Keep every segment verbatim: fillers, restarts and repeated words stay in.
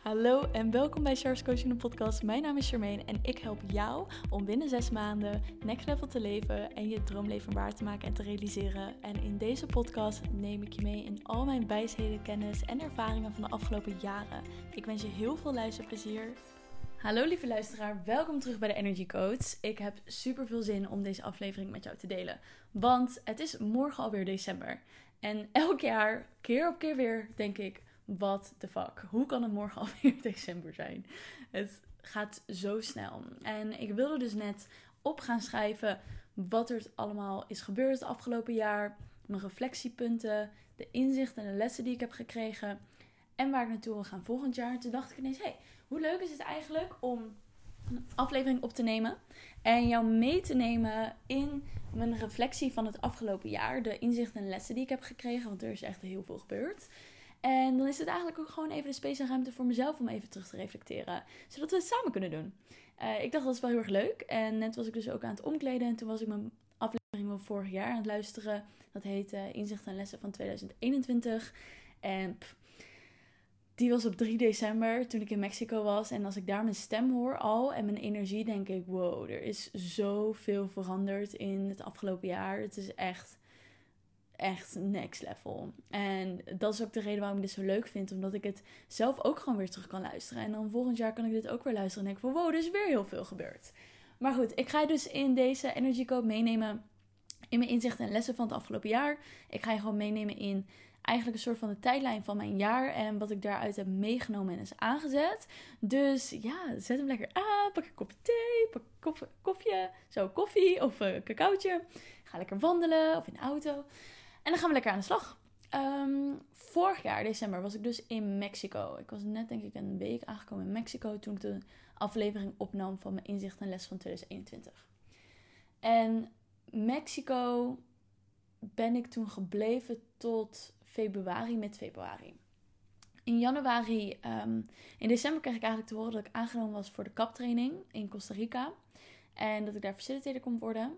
Hallo en welkom bij Char's Coaching de podcast. Mijn naam is Charmaine en ik help jou om binnen zes maanden next level te leven en je droomleven waar te maken en te realiseren. En in deze podcast neem ik je mee in al mijn wijsheden, kennis en ervaringen van de afgelopen jaren. Ik wens je heel veel luisterplezier. Hallo lieve luisteraar, welkom terug bij de Energy Coach. Ik heb super veel zin om deze aflevering met jou te delen, want het is morgen alweer december. En elk jaar, keer op keer weer, denk ik, what the fuck? Hoe kan het morgen alweer december zijn? Het gaat zo snel. En ik wilde dus net op gaan schrijven wat er allemaal is gebeurd het afgelopen jaar. Mijn reflectiepunten, de inzichten en de lessen die ik heb gekregen. En waar ik naartoe wil gaan volgend jaar. Toen dacht ik ineens, hey, hoe leuk is het eigenlijk om een aflevering op te nemen en jou mee te nemen in mijn reflectie van het afgelopen jaar. De inzichten en lessen die ik heb gekregen, want er is echt heel veel gebeurd. En dan is het eigenlijk ook gewoon even de space en ruimte voor mezelf om even terug te reflecteren. Zodat we het samen kunnen doen. Uh, ik dacht dat is wel heel erg leuk. En net was ik dus ook aan het omkleden. En toen was ik mijn aflevering van vorig jaar aan het luisteren. Dat heet uh, Inzichten en Lessen van tweeduizend eenentwintig. En pff, die was op drie december toen ik in Mexico was. En als ik daar mijn stem hoor al en mijn energie, denk ik, wow, er is zoveel veranderd in het afgelopen jaar. Het is echt... Echt next level. En dat is ook de reden waarom ik dit zo leuk vind. Omdat ik het zelf ook gewoon weer terug kan luisteren. En dan volgend jaar kan ik dit ook weer luisteren. En denk van wow, er is weer heel veel gebeurd. Maar goed, ik ga je dus in deze Energy Code meenemen in mijn inzichten en lessen van het afgelopen jaar. Ik ga je gewoon meenemen in eigenlijk een soort van de tijdlijn van mijn jaar. En wat ik daaruit heb meegenomen en is aangezet. Dus ja, zet hem lekker aan. Pak een kopje thee, pak een kof, kofje, zo koffie of een cacaotje. Ga lekker wandelen of in de auto. En dan gaan we lekker aan de slag. Um, vorig jaar, december, was ik dus in Mexico. Ik was net denk ik een week aangekomen in Mexico toen ik de aflevering opnam van mijn inzicht en les van tweeduizend eenentwintig. En Mexico ben ik toen gebleven tot februari, mid februari. In januari, um, in december kreeg ik eigenlijk te horen dat ik aangenomen was voor de kaptraining in Costa Rica. En dat ik daar facilitator kon worden.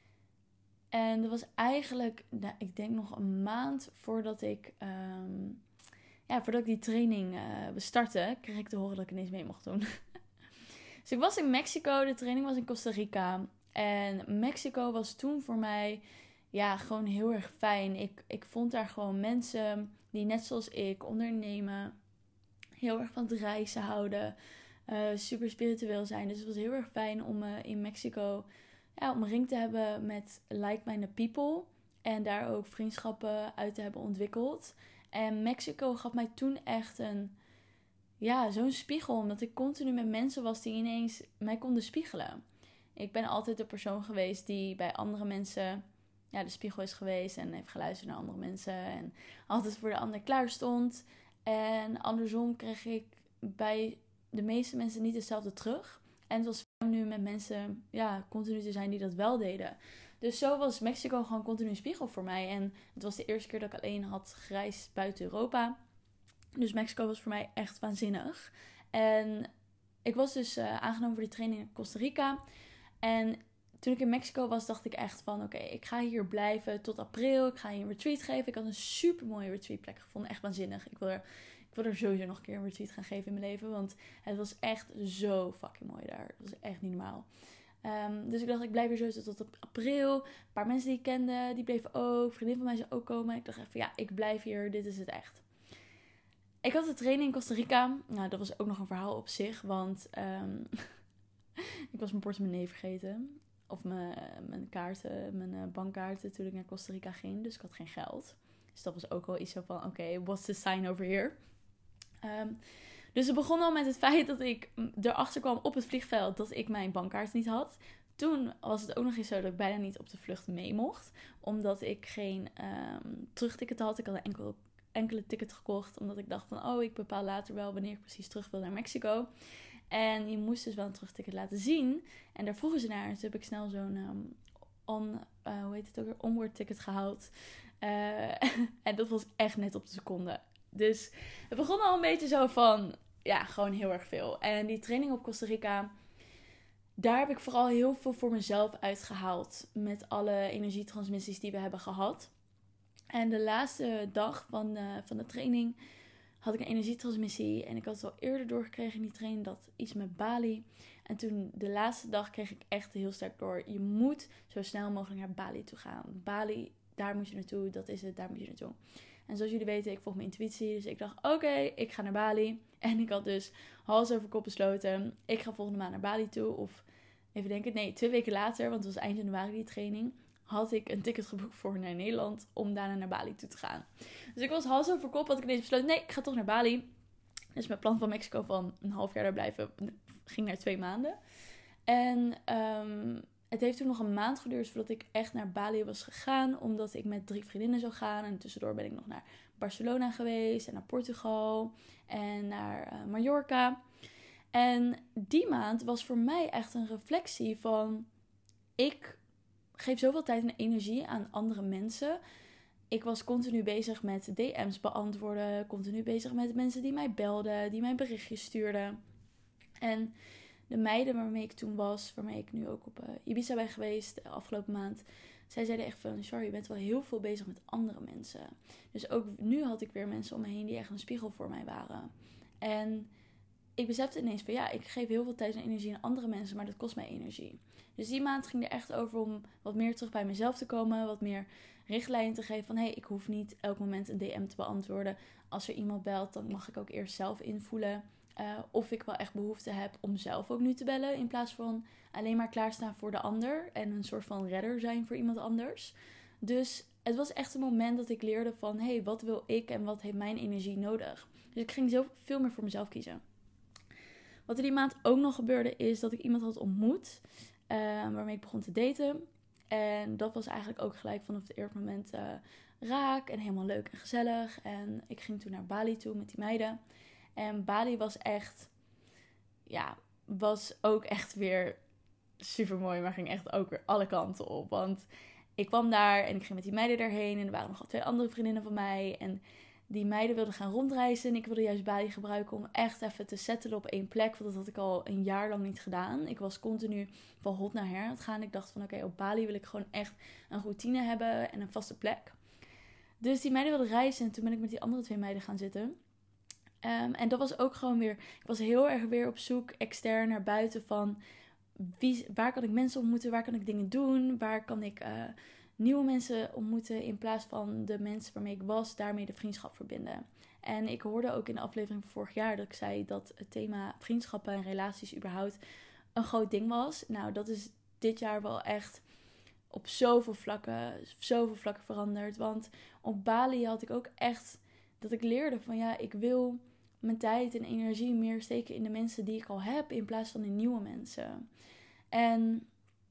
En dat was eigenlijk, nou, ik denk nog een maand voordat ik, um, ja, voordat ik die training uh, startte, kreeg ik te horen dat ik ineens mee mocht doen. Dus ik was in Mexico, de training was in Costa Rica. En Mexico was toen voor mij, ja, gewoon heel erg fijn. Ik, ik vond daar gewoon mensen die net zoals ik ondernemen, heel erg van het reizen houden, uh, super spiritueel zijn. Dus het was heel erg fijn om uh, in Mexico... Ja, omringd te hebben met like-minded people. En daar ook vriendschappen uit te hebben ontwikkeld. En Mexico gaf mij toen echt een... Ja, zo'n spiegel. Omdat ik continu met mensen was die ineens mij konden spiegelen. Ik ben altijd de persoon geweest die bij andere mensen... Ja, de spiegel is geweest. En heeft geluisterd naar andere mensen. En altijd voor de ander klaar stond. En andersom kreeg ik bij de meeste mensen niet hetzelfde terug. En het was fijn nu met mensen ja, continu te zijn die dat wel deden. Dus zo was Mexico gewoon continu een spiegel voor mij. En het was de eerste keer dat ik alleen had gereisd buiten Europa. Dus Mexico was voor mij echt waanzinnig. En ik was dus uh, aangenomen voor die training in Costa Rica. En toen ik in Mexico was, dacht ik echt van... Oké, okay, ik ga hier blijven tot april. Ik ga hier een retreat geven. Ik had een super mooie retreatplek gevonden. Echt waanzinnig. Ik wil er... Ik wil er sowieso nog een keer een retreat gaan geven in mijn leven. Want het was echt zo fucking mooi daar. Het was echt niet normaal. Um, dus ik dacht, ik blijf hier zo tot op april. Een paar mensen die ik kende, die bleven ook. Vriendin van mij zou ook komen. Ik dacht echt van ja, ik blijf hier. Dit is het echt. Ik had de training in Costa Rica. Nou, dat was ook nog een verhaal op zich. Want um, ik was mijn portemonnee vergeten. Of mijn, mijn kaarten, mijn uh, bankkaarten toen ik naar Costa Rica ging. Dus ik had geen geld. Dus dat was ook wel iets zo van, oké, okay, what's the sign over here? Um, dus het begon al met het feit dat ik erachter kwam op het vliegveld dat ik mijn bankkaart niet had. Toen was het ook nog eens zo dat ik bijna niet op de vlucht mee mocht. Omdat ik geen um, terugticket had. Ik had een enkel, enkele ticket gekocht. Omdat ik dacht van, oh, ik bepaal later wel wanneer ik precies terug wil naar Mexico. En je moest dus wel een terugticket laten zien. En daar vroegen ze naar. Dus heb ik snel zo'n um, on, uh, hoe heet het ook weer, onboard ticket gehaald. Uh, en dat was echt net op de seconde. Dus het begon al een beetje zo van, ja, gewoon heel erg veel. En die training op Costa Rica, daar heb ik vooral heel veel voor mezelf uitgehaald. Met alle energietransmissies die we hebben gehad. En de laatste dag van de, van de training had ik een energietransmissie. En ik had het al eerder doorgekregen in die training, dat iets met Bali. En toen de laatste dag kreeg ik echt heel sterk door. Je moet zo snel mogelijk naar Bali toe gaan. Bali, daar moet je naartoe. Dat is het, daar moet je naartoe. En zoals jullie weten, ik volg mijn intuïtie. Dus ik dacht, oké, okay, ik ga naar Bali. En ik had dus hals over kop besloten. Ik ga volgende maand naar Bali toe. Of even denken, nee, twee weken later, want het was eind januari die training, had ik een ticket geboekt voor naar Nederland om daarna naar Bali toe te gaan. Dus ik was hals over kop, had ik ineens besloten, nee, ik ga toch naar Bali. Dus mijn plan van Mexico van een half jaar daar blijven ging naar twee maanden. En um, het heeft toen nog een maand geduurd voordat ik echt naar Bali was gegaan, omdat ik met drie vriendinnen zou gaan. En tussendoor ben ik nog naar Barcelona geweest en naar Portugal en naar uh, Mallorca. En die maand was voor mij echt een reflectie van, ik geef zoveel tijd en energie aan andere mensen. Ik was continu bezig met D M's beantwoorden, continu bezig met mensen die mij belden, die mij berichtjes stuurden. En de meiden waarmee ik toen was, waarmee ik nu ook op uh, Ibiza ben geweest de afgelopen maand, zij zeiden echt van, Char, je bent wel heel veel bezig met andere mensen. Dus ook nu had ik weer mensen om me heen die echt een spiegel voor mij waren. En ik besefte ineens van, ja, ik geef heel veel tijd en energie aan andere mensen, maar dat kost mij energie. Dus die maand ging er echt over om wat meer terug bij mezelf te komen, wat meer richtlijnen te geven van, hé, hey, ik hoef niet elk moment een D M te beantwoorden. Als er iemand belt, dan mag ik ook eerst zelf invoelen uh, of ik wel echt behoefte heb om zelf ook nu te bellen, in plaats van alleen maar klaarstaan voor de ander en een soort van redder zijn voor iemand anders. Dus het was echt een moment dat ik leerde van, hé, hey, wat wil ik en wat heeft mijn energie nodig? Dus ik ging zo veel meer voor mezelf kiezen. Wat er die maand ook nog gebeurde is dat ik iemand had ontmoet uh, waarmee ik begon te daten. En dat was eigenlijk ook gelijk vanaf het eerste moment uh, raak en helemaal leuk en gezellig. En ik ging toen naar Bali toe met die meiden. En Bali was echt, ja, was ook echt weer super mooi, maar ging echt ook weer alle kanten op. Want ik kwam daar en ik ging met die meiden daarheen en er waren nog twee andere vriendinnen van mij. En die meiden wilden gaan rondreizen en ik wilde juist Bali gebruiken om echt even te settelen op één plek. Want dat had ik al een jaar lang niet gedaan. Ik was continu van hot naar her aan het gaan. Ik dacht van oké, okay, op Bali wil ik gewoon echt een routine hebben en een vaste plek. Dus die meiden wilden reizen en toen ben ik met die andere twee meiden gaan zitten. Um, en dat was ook gewoon weer, ik was heel erg weer op zoek extern naar buiten van wie, waar kan ik mensen ontmoeten, waar kan ik dingen doen, waar kan ik uh, nieuwe mensen ontmoeten in plaats van de mensen waarmee ik was, daarmee de vriendschap verbinden. En ik hoorde ook in de aflevering van vorig jaar dat ik zei dat het thema vriendschappen en relaties überhaupt een groot ding was. Nou, dat is dit jaar wel echt op zoveel vlakken, zoveel vlakken veranderd. Want op Bali had ik ook echt dat ik leerde van ja, ik wil mijn tijd en energie meer steken in de mensen die ik al heb in plaats van in nieuwe mensen. En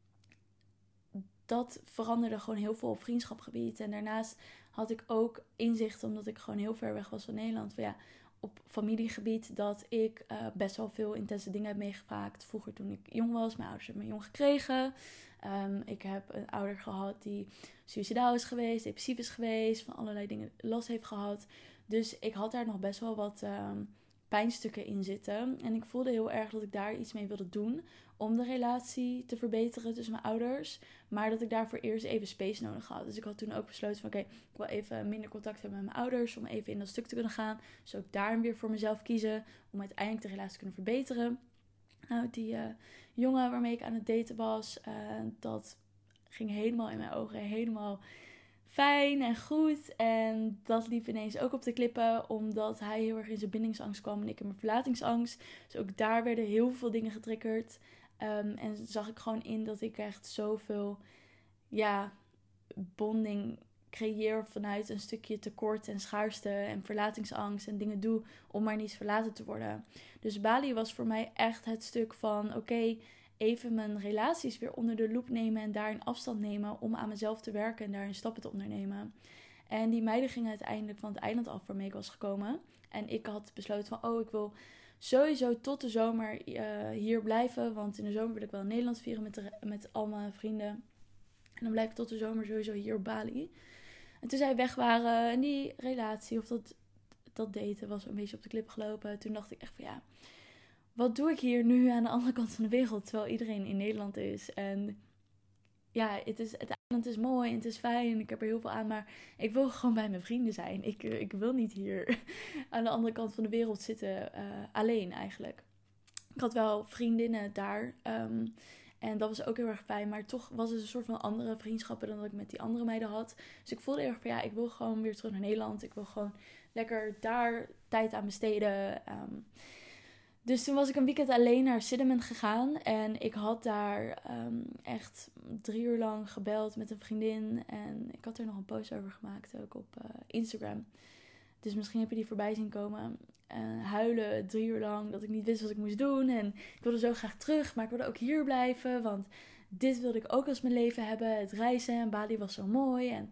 dat veranderde gewoon heel veel op vriendschapgebied. En daarnaast had ik ook inzicht, omdat ik gewoon heel ver weg was van Nederland. Van ja, op familiegebied dat ik uh, best wel veel intense dingen heb meegemaakt. Vroeger toen ik jong was, mijn ouders hebben me jong gekregen. Um, ik heb een ouder gehad die suicidaal is geweest, depressief is geweest, van allerlei dingen last heeft gehad. Dus ik had daar nog best wel wat um, pijnstukken in zitten. En ik voelde heel erg dat ik daar iets mee wilde doen om de relatie te verbeteren tussen mijn ouders. Maar dat ik daarvoor eerst even space nodig had. Dus ik had toen ook besloten van oké, okay, ik wil even minder contact hebben met mijn ouders. Om even in dat stuk te kunnen gaan. Dus ook daar weer voor mezelf kiezen. Om uiteindelijk de relatie te kunnen verbeteren. Nou, die uh, jongen waarmee ik aan het daten was. Uh, dat ging helemaal in mijn ogen. Helemaal fijn en goed. En dat liep ineens ook op de klippen. Omdat hij heel erg in zijn bindingsangst kwam. En ik in mijn verlatingsangst. Dus ook daar werden heel veel dingen getriggerd. Um, en zag ik gewoon in dat ik echt zoveel ja, bonding creëer vanuit een stukje tekort en schaarste en verlatingsangst en dingen doe om maar niet verlaten te worden. Dus Bali was voor mij echt het stuk van oké, okay, even mijn relaties weer onder de loep nemen en daarin afstand nemen om aan mezelf te werken en daarin stappen te ondernemen. En die meiden gingen uiteindelijk van het eiland af waarmee ik was gekomen. En ik had besloten van oh, ik wil sowieso tot de zomer uh, hier blijven. Want in de zomer wil ik wel in Nederland vieren met, de, met al mijn vrienden. En dan blijf ik tot de zomer sowieso hier op Bali. En toen zij weg waren en die relatie of dat, dat daten was een beetje op de klip gelopen. Toen dacht ik echt van ja, wat doe ik hier nu aan de andere kant van de wereld? Terwijl iedereen in Nederland is. En ja, het is het het is mooi en het is fijn. Ik heb er heel veel aan. Maar ik wil gewoon bij mijn vrienden zijn. Ik, ik wil niet hier aan de andere kant van de wereld zitten. Uh, alleen eigenlijk. Ik had wel vriendinnen daar. Um, en dat was ook heel erg fijn. Maar toch was het een soort van andere vriendschappen dan dat ik met die andere meiden had. Dus ik voelde heel erg van ja, ik wil gewoon weer terug naar Nederland. Ik wil gewoon lekker daar tijd aan besteden. Um, dus toen was ik een weekend alleen naar Cinnamon gegaan. En ik had daar um, echt drie uur lang gebeld met een vriendin. En ik had er nog een post over gemaakt, ook op uh, Instagram. Dus misschien heb je die voorbij zien komen. Uh, huilen drie uur lang, dat ik niet wist wat ik moest doen. En ik wilde zo graag terug, maar ik wilde ook hier blijven. Want dit wilde ik ook als mijn leven hebben. Het reizen en Bali was zo mooi. En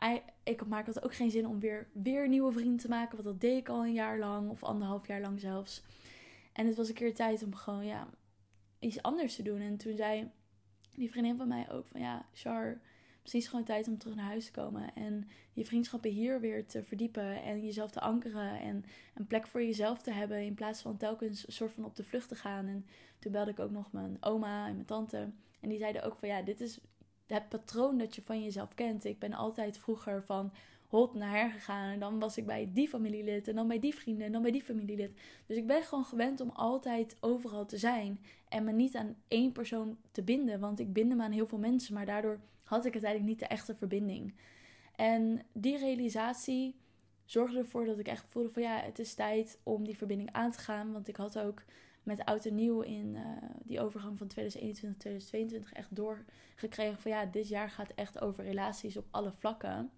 ik, maar ik had ook geen zin om weer, weer nieuwe vrienden te maken. Want dat deed ik al een jaar lang, of anderhalf jaar lang zelfs. En het was een keer tijd om gewoon ja, iets anders te doen. En toen zei die vriendin van mij ook van ja, Char, misschien is het gewoon tijd om terug naar huis te komen. En je vriendschappen hier weer te verdiepen. En jezelf te ankeren. En een plek voor jezelf te hebben. In plaats van telkens een soort van op de vlucht te gaan. En toen belde ik ook nog mijn oma en mijn tante. En die zeiden ook van ja, dit is het patroon dat je van jezelf kent. Ik ben altijd vroeger van hot naar her gegaan. En dan was ik bij die familielid. En dan bij die vrienden. En dan bij die familielid. Dus ik ben gewoon gewend om altijd overal te zijn. En me niet aan één persoon te binden. Want ik binde me aan heel veel mensen. Maar daardoor had ik uiteindelijk niet de echte verbinding. En die realisatie zorgde ervoor dat ik echt voelde van ja, het is tijd om die verbinding aan te gaan. Want ik had ook met oud en nieuw in uh, die overgang van twintig eenentwintig twintig tweeëntwintig echt doorgekregen van ja, dit jaar gaat echt over relaties op alle vlakken.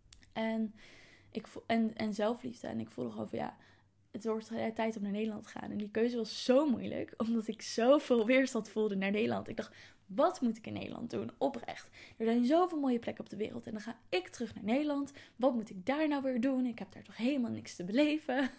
En, ik vo- en, en zelfliefde. En ik voelde gewoon van ja, het wordt tijd om naar Nederland te gaan. En die keuze was zo moeilijk, omdat ik zoveel weerstand voelde naar Nederland. Ik dacht, wat moet ik in Nederland doen? Oprecht. Er zijn zoveel mooie plekken op de wereld. En dan ga ik terug naar Nederland. Wat moet ik daar nou weer doen? Ik heb daar toch helemaal niks te beleven.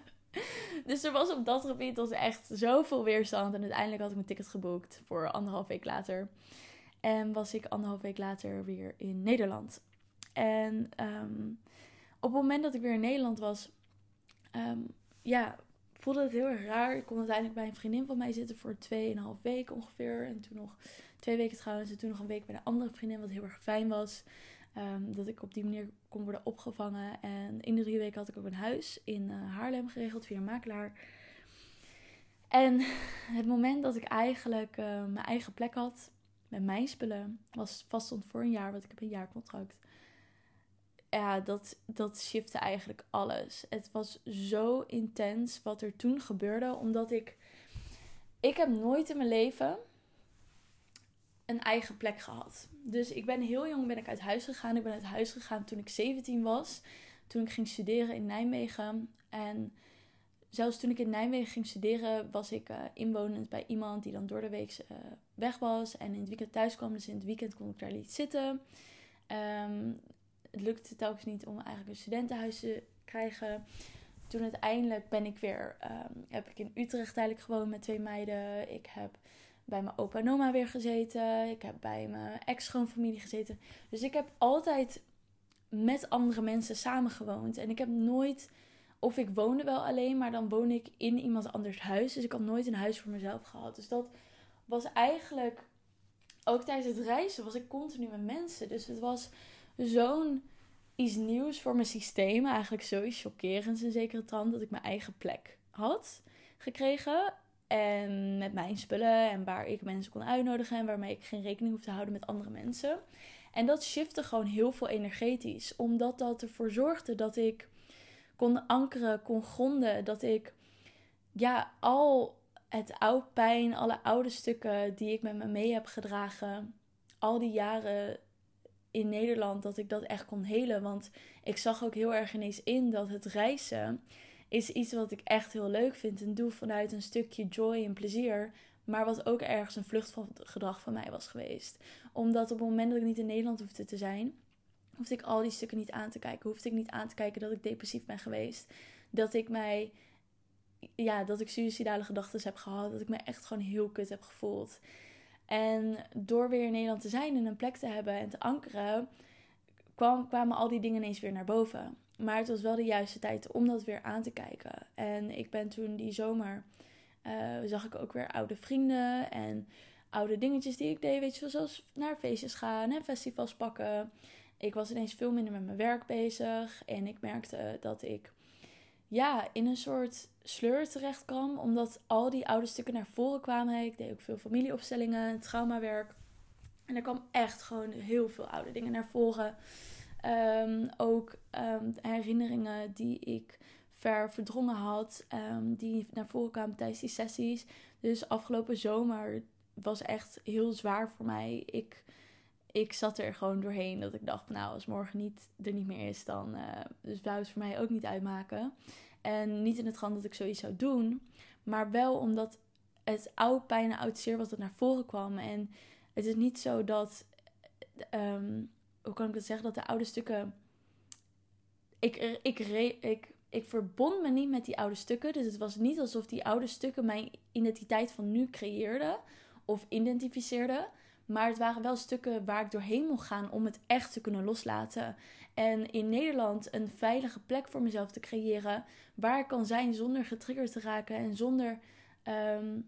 Dus er was op dat gebied was echt zoveel weerstand. En uiteindelijk had ik mijn ticket geboekt voor anderhalf week later. En was ik anderhalf week later weer in Nederland. En um, op het moment dat ik weer in Nederland was, um, ja, voelde het heel erg raar. Ik kon uiteindelijk bij een vriendin van mij zitten voor tweeënhalf weken ongeveer. En toen nog twee weken trouwens. En toen nog een week bij een andere vriendin, wat heel erg fijn was. Um, dat ik op die manier kon worden opgevangen. En in de drie weken had ik ook een huis in uh, Haarlem geregeld via een makelaar. En het moment dat ik eigenlijk uh, mijn eigen plek had met mijn spullen, was vaststond voor een jaar, want ik heb een jaarcontract. Ja, dat, dat shifte eigenlijk alles. Het was zo intens wat er toen gebeurde, omdat ik... Ik heb nooit in mijn leven een eigen plek gehad. Dus ik ben heel jong ben ik uit huis gegaan. Ik ben uit huis gegaan toen ik zeventien was. Toen ik ging studeren in Nijmegen. En zelfs toen ik in Nijmegen ging studeren, was ik uh, inwonend bij iemand die dan door de week uh, weg was. En in het weekend thuis kwam. Dus in het weekend kon ik daar niet zitten. Um, het lukte telkens niet om eigenlijk een studentenhuis te krijgen. Toen uiteindelijk ben ik weer, um, heb ik in Utrecht tijdelijk gewoond met twee meiden. Ik heb bij mijn opa en oma weer gezeten. Ik heb bij mijn ex-schoonfamilie gezeten. Dus ik heb altijd met andere mensen samen gewoond. En ik heb nooit, of ik woonde wel alleen, maar dan woonde ik in iemand anders huis. Dus ik had nooit een huis voor mezelf gehad. Dus dat was eigenlijk, ook tijdens het reizen was ik continu met mensen. Dus het was zo'n iets nieuws voor mijn systeem. Eigenlijk zoiets chockerends in zekere trant, dat ik mijn eigen plek had gekregen. En met mijn spullen en waar ik mensen kon uitnodigen en waarmee ik geen rekening hoef te houden met andere mensen. En dat shifte gewoon heel veel energetisch. Omdat dat ervoor zorgde dat ik kon ankeren, kon gronden. Dat ik ja, al het oud pijn, alle oude stukken die ik met me mee heb gedragen, al die jaren in Nederland, dat ik dat echt kon helen. Want ik zag ook heel erg ineens in dat het reizen is iets wat ik echt heel leuk vind en doe vanuit een stukje joy en plezier, maar wat ook ergens een vluchtgedrag van mij was geweest. Omdat op het moment dat ik niet in Nederland hoefde te zijn, hoefde ik al die stukken niet aan te kijken. Hoefde ik niet aan te kijken dat ik depressief ben geweest. Dat ik mij, ja, dat ik suïcidale gedachten heb gehad. Dat ik me echt gewoon heel kut heb gevoeld. En door weer in Nederland te zijn en een plek te hebben en te ankeren, kwam, kwamen al die dingen ineens weer naar boven. Maar het was wel de juiste tijd om dat weer aan te kijken. En ik ben toen die zomer, uh, zag ik ook weer oude vrienden en oude dingetjes die ik deed. Weet je wel, zoals naar feestjes gaan en festivals pakken. Ik was ineens veel minder met mijn werk bezig. En ik merkte dat ik ja, in een soort sleur terecht kwam. Omdat al die oude stukken naar voren kwamen. Ik deed ook veel familieopstellingen, traumawerk. En er kwam echt gewoon heel veel oude dingen naar voren. Um, ook um, herinneringen die ik ver verdrongen had. Um, die naar voren kwamen tijdens die sessies. Dus afgelopen zomer was echt heel zwaar voor mij. Ik, ik zat er gewoon doorheen dat ik dacht, nou, als morgen niet, er niet meer is, dan uh, dus wou het voor mij ook niet uitmaken. En niet in het geval dat ik zoiets zou doen. Maar wel omdat het oud pijn en oud zeer was dat naar voren kwam. En het is niet zo dat... Um, hoe kan ik dat zeggen? Dat de oude stukken... Ik, ik, ik, ik, ik verbond me niet met die oude stukken. Dus het was niet alsof die oude stukken mijn identiteit van nu creëerden. Of identificeerden. Maar het waren wel stukken waar ik doorheen mocht gaan om het echt te kunnen loslaten. En in Nederland een veilige plek voor mezelf te creëren. Waar ik kan zijn zonder getriggerd te raken. En zonder um,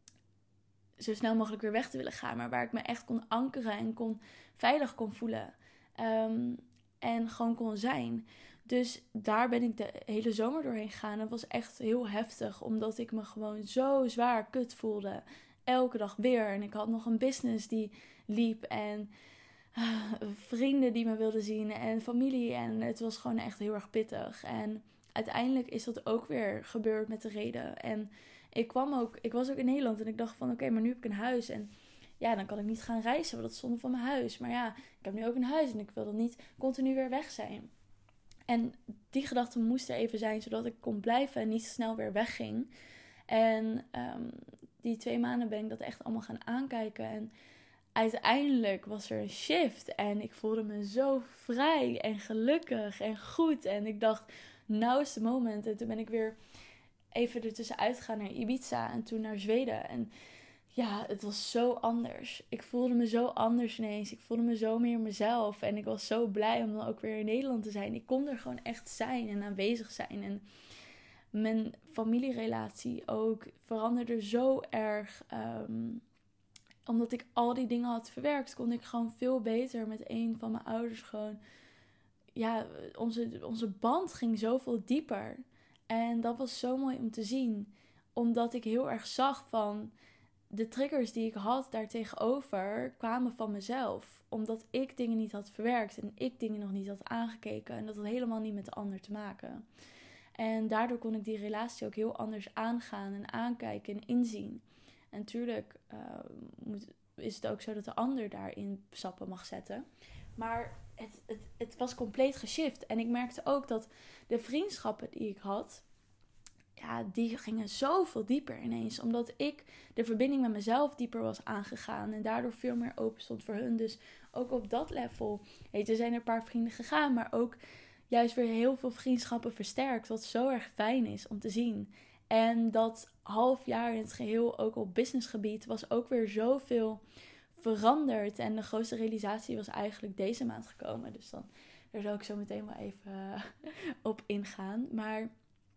zo snel mogelijk weer weg te willen gaan. Maar waar ik me echt kon ankeren en kon, veilig kon voelen. Um, en gewoon kon zijn. Dus daar ben ik de hele zomer doorheen gegaan. Het was echt heel heftig. Omdat ik me gewoon zo zwaar kut voelde. Elke dag weer. En ik had nog een business die liep. En uh, vrienden die me wilden zien. En familie. En het was gewoon echt heel erg pittig. En uiteindelijk is dat ook weer gebeurd met de reden. En ik kwam ook... Ik was ook in Nederland. En ik dacht van oké, okay, maar nu heb ik een huis. En ja, dan kan ik niet gaan reizen. Want dat is zonde van mijn huis. Maar ja, ik heb nu ook een huis. En ik wil dan niet continu weer weg zijn. En die gedachte moest er even zijn. Zodat ik kon blijven en niet snel weer wegging. En um, die twee maanden ben ik dat echt allemaal gaan aankijken. En uiteindelijk was er een shift. En ik voelde me zo vrij en gelukkig en goed. En ik dacht, nou is het moment. En toen ben ik weer even ertussenuit gegaan naar Ibiza. En toen naar Zweden. En ja, het was zo anders. Ik voelde me zo anders ineens. Ik voelde me zo meer mezelf. En ik was zo blij om dan ook weer in Nederland te zijn. Ik kon er gewoon echt zijn en aanwezig zijn. En mijn familierelatie ook veranderde zo erg. Um, omdat ik al die dingen had verwerkt, kon ik gewoon veel beter met een van mijn ouders gewoon... Ja, onze, onze band ging zoveel dieper. En dat was zo mooi om te zien. Omdat ik heel erg zag van... De triggers die ik had daartegenover kwamen van mezelf. Omdat ik dingen niet had verwerkt en ik dingen nog niet had aangekeken. En dat had helemaal niet met de ander te maken. En daardoor kon ik die relatie ook heel anders aangaan en aankijken en inzien. En natuurlijk uh, moet, is het ook zo dat de ander daarin stappen mag zetten. Maar het, het, het was compleet geshift. En ik merkte ook dat de vriendschappen die ik had... Ja, die gingen zoveel dieper ineens. Omdat ik de verbinding met mezelf dieper was aangegaan. En daardoor veel meer open stond voor hun. Dus ook op dat level. Weet je, er zijn er een paar vrienden gegaan. Maar ook juist weer heel veel vriendschappen versterkt. Wat zo erg fijn is om te zien. En dat half jaar in het geheel, ook op businessgebied, was ook weer zoveel veranderd. En de grootste realisatie was eigenlijk deze maand gekomen. Dus dan, daar zal ik zo meteen wel even uh, op ingaan. Maar...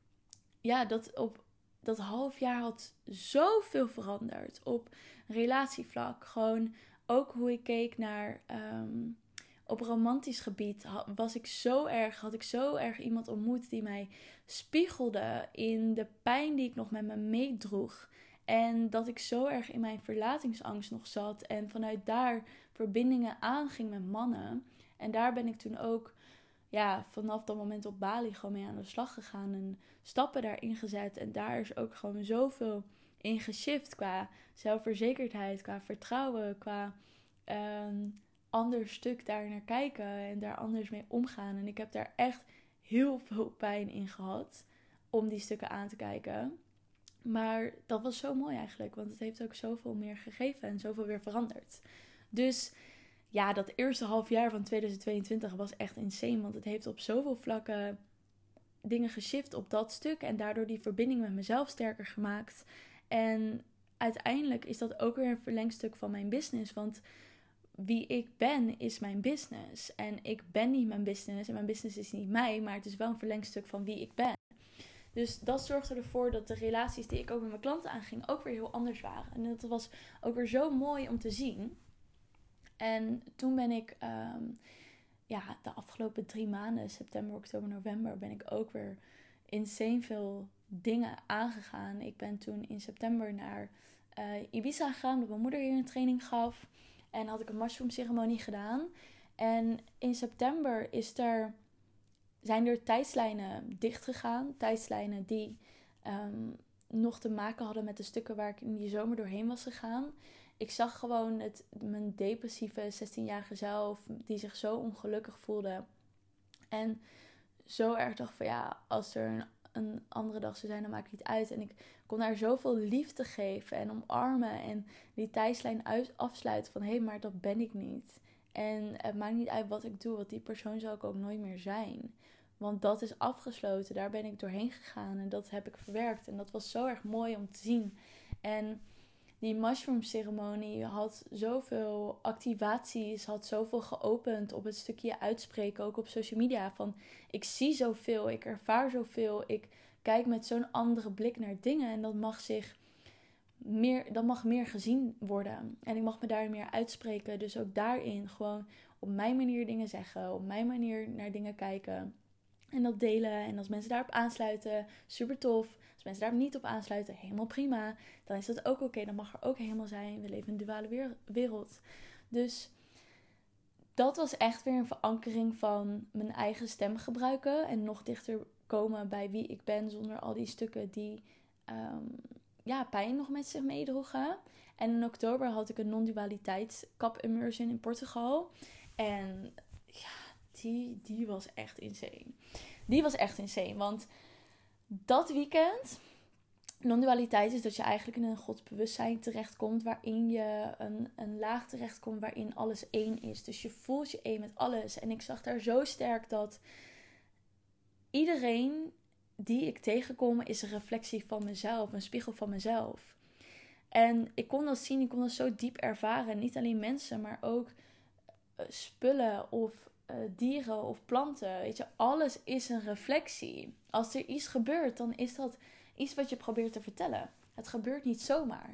Ja, dat op dat half jaar had zoveel veranderd. Op relatievlak. Gewoon ook hoe ik keek naar... Um, op romantisch gebied was ik zo erg... Had ik zo erg iemand ontmoet die mij spiegelde in de pijn die ik nog met me meedroeg. En dat ik zo erg in mijn verlatingsangst nog zat. En vanuit daar verbindingen aanging met mannen. En daar ben ik toen ook... Ja, vanaf dat moment op Bali gewoon mee aan de slag gegaan en stappen daarin gezet. En daar is ook gewoon zoveel in geshift qua zelfverzekerdheid, qua vertrouwen, qua um, ander stuk daar naar kijken en daar anders mee omgaan. En ik heb daar echt heel veel pijn in gehad om die stukken aan te kijken. Maar dat was zo mooi eigenlijk, want het heeft ook zoveel meer gegeven en zoveel weer veranderd. Dus... Ja, dat eerste half jaar van tweeduizend tweeëntwintig was echt insane. Want het heeft op zoveel vlakken dingen geshift op dat stuk. En daardoor die verbinding met mezelf sterker gemaakt. En uiteindelijk is dat ook weer een verlengstuk van mijn business. Want wie ik ben is mijn business. En ik ben niet mijn business. En mijn business is niet mij. Maar het is wel een verlengstuk van wie ik ben. Dus dat zorgde ervoor dat de relaties die ik ook met mijn klanten aanging ook weer heel anders waren. En dat was ook weer zo mooi om te zien. En toen ben ik, um, ja, de afgelopen drie maanden, september, oktober, november, ben ik ook weer insane veel dingen aangegaan. Ik ben toen in september naar uh, Ibiza gegaan, omdat mijn moeder hier een training gaf. En had ik een mushroom ceremonie gedaan. En in september is er, zijn er tijdslijnen dichtgegaan. Tijdslijnen die um, nog te maken hadden met de stukken waar ik in die zomer doorheen was gegaan. Ik zag gewoon het, mijn depressieve zestienjarige zelf, die zich zo ongelukkig voelde. En zo erg dacht van ja, als er een, een andere dag zou zijn, dan maakt het niet uit. En ik kon daar zoveel liefde geven en omarmen. En die tijdslijn uit, afsluiten van hé, hey, maar dat ben ik niet. En het maakt niet uit wat ik doe, want die persoon zal ik ook nooit meer zijn. Want dat is afgesloten, daar ben ik doorheen gegaan en dat heb ik verwerkt. En dat was zo erg mooi om te zien. En die mushroom ceremonie had zoveel activaties, had zoveel geopend op het stukje uitspreken, ook op social media. Van ik zie zoveel, ik ervaar zoveel, ik kijk met zo'n andere blik naar dingen en dat mag zich meer, dat mag meer gezien worden. En ik mag me daar meer uitspreken, dus ook daarin gewoon op mijn manier dingen zeggen, op mijn manier naar dingen kijken. En dat delen. En als mensen daarop aansluiten, super tof. Als mensen daar niet op aansluiten, helemaal prima. Dan is dat ook oké. Okay. Dan mag er ook helemaal zijn. We leven in een duale wereld. Dus dat was echt weer een verankering van mijn eigen stem gebruiken. En nog dichter komen bij wie ik ben. Zonder al die stukken die um, ja, pijn nog met zich meedroegen. En in oktober had ik een non-dualiteitskap immersion in Portugal. En ja, die, die was echt insane. Die was echt insane. Want dat weekend, non-dualiteit is dat je eigenlijk in een godsbewustzijn terechtkomt. Waarin je een, een laag terechtkomt waarin alles één is. Dus je voelt je één met alles. En ik zag daar zo sterk dat iedereen die ik tegenkom is een reflectie van mezelf. Een spiegel van mezelf. En ik kon dat zien, ik kon dat zo diep ervaren. Niet alleen mensen, maar ook uh, spullen of Uh, dieren of planten. Weet je, alles is een reflectie. Als er iets gebeurt, dan is dat iets wat je probeert te vertellen. Het gebeurt niet zomaar.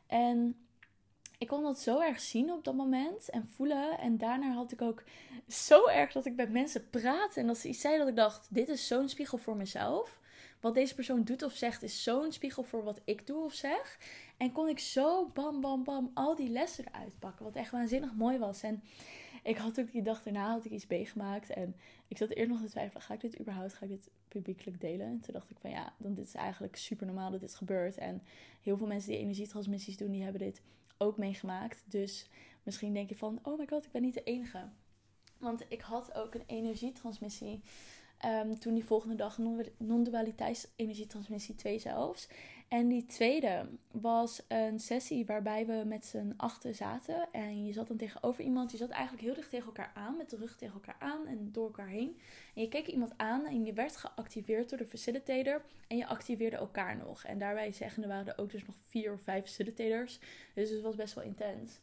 En ik kon dat zo erg zien op dat moment en voelen. En daarna had ik ook zo erg dat ik met mensen praatte. En dat ze iets zeiden dat ik dacht, dit is zo'n spiegel voor mezelf. Wat deze persoon doet of zegt is zo'n spiegel voor wat ik doe of zeg. En kon ik zo bam bam bam al die lessen eruit pakken. Wat echt waanzinnig mooi was. En ik had ook die dag daarna had ik iets meegemaakt. En ik zat eerst nog te twijfelen. Ga ik dit überhaupt, ga ik dit publiekelijk delen? En toen dacht ik van ja, dan dit is eigenlijk super normaal dat dit gebeurt. En heel veel mensen die energietransmissies doen, die hebben dit ook meegemaakt. Dus misschien denk je van, oh my god, ik ben niet de enige. Want ik had ook een energietransmissie. Um, toen die volgende dag non-dualiteits energietransmissie twee zelfs. En die tweede was een sessie waarbij we met z'n achten zaten. En je zat dan tegenover iemand. Je zat eigenlijk heel dicht tegen elkaar aan. Met de rug tegen elkaar aan en door elkaar heen. En je keek iemand aan en je werd geactiveerd door de facilitator. En je activeerde elkaar nog. En daarbij zeggende waren er ook dus nog vier of vijf facilitators. Dus het was best wel intens.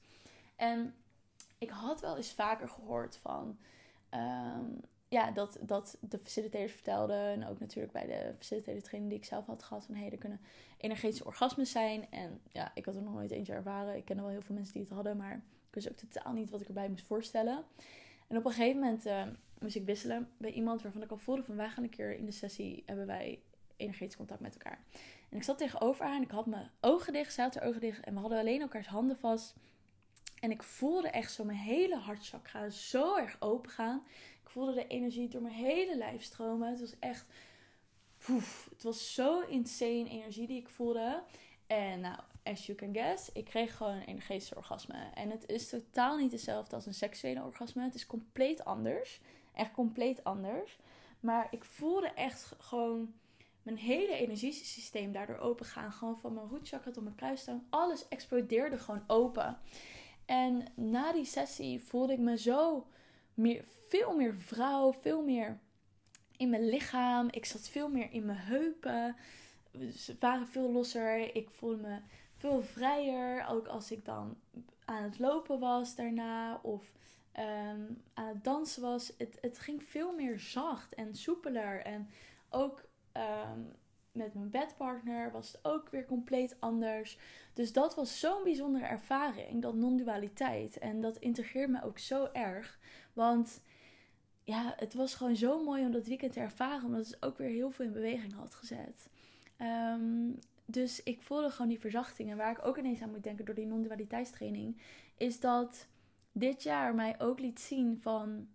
En ik had wel eens vaker gehoord van Um, ja, dat, dat de facilitators vertelden. En ook natuurlijk bij de facilitator training die ik zelf had gehad. Van hé, hey, er kunnen energetische orgasmes zijn. En ja, ik had er nog nooit eentje ervaren. Ik kende wel heel veel mensen die het hadden. Maar ik wist ook totaal niet wat ik erbij moest voorstellen. En op een gegeven moment uh, moest ik wisselen bij iemand waarvan ik al voelde van wij gaan een keer in de sessie hebben wij energetisch contact met elkaar. En ik zat tegenover haar en ik had mijn ogen dicht, zaten ogen dicht. En we hadden alleen elkaars handen vast. En ik voelde echt zo mijn hele hartchakra zo erg open gaan. Ik voelde de energie door mijn hele lijf stromen. Het was echt, poef, het was zo insane energie die ik voelde. En nou, as you can guess, ik kreeg gewoon een energetische orgasme. En het is totaal niet hetzelfde als een seksuele orgasme. Het is compleet anders. Echt compleet anders. Maar ik voelde echt gewoon mijn hele energiesysteem daardoor open gaan. Gewoon van mijn rootchakra tot mijn kruisstang. Alles explodeerde gewoon open. En na die sessie voelde ik me zo meer, veel meer vrouw, veel meer in mijn lichaam. Ik zat veel meer in mijn heupen. Ze waren veel losser. Ik voelde me veel vrijer. Ook als ik dan aan het lopen was daarna of um, aan het dansen was. Het, het ging veel meer zacht en soepeler. En ook um, met mijn bedpartner was het ook weer compleet anders. Dus dat was zo'n bijzondere ervaring, dat non-dualiteit. En dat integreert me ook zo erg. Want ja, het was gewoon zo mooi om dat weekend te ervaren, omdat het ook weer heel veel in beweging had gezet. Um, dus ik voelde gewoon die verzachting. En waar ik ook ineens aan moet denken door die non-dualiteitstraining, is dat dit jaar mij ook liet zien van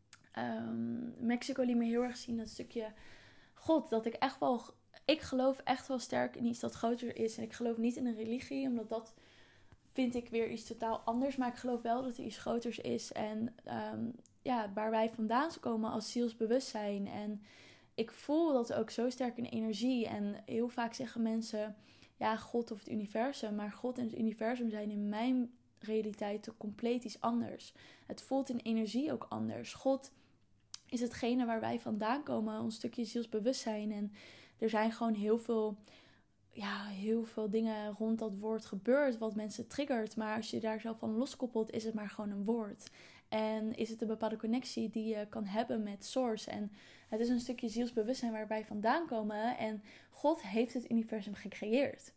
um, Mexico liet me heel erg zien dat stukje God, dat ik echt wel, ik geloof echt wel sterk in iets dat groter is. En ik geloof niet in een religie, omdat dat vind ik weer iets totaal anders. Maar ik geloof wel dat er iets groters is. En um, ja, waar wij vandaan komen als zielsbewustzijn. En ik voel dat ook zo sterk in energie. En heel vaak zeggen mensen, ja, God of het universum. Maar God en het universum zijn in mijn realiteit toch compleet iets anders. Het voelt in energie ook anders. God is hetgene waar wij vandaan komen, ons stukje zielsbewustzijn. En er zijn gewoon heel veel, ja, heel veel dingen rond dat woord gebeurd wat mensen triggert. Maar als je daar zelf van loskoppelt, is het maar gewoon een woord. En is het een bepaalde connectie die je kan hebben met Source. En het is een stukje zielsbewustzijn waar wij vandaan komen. En God heeft het universum gecreëerd.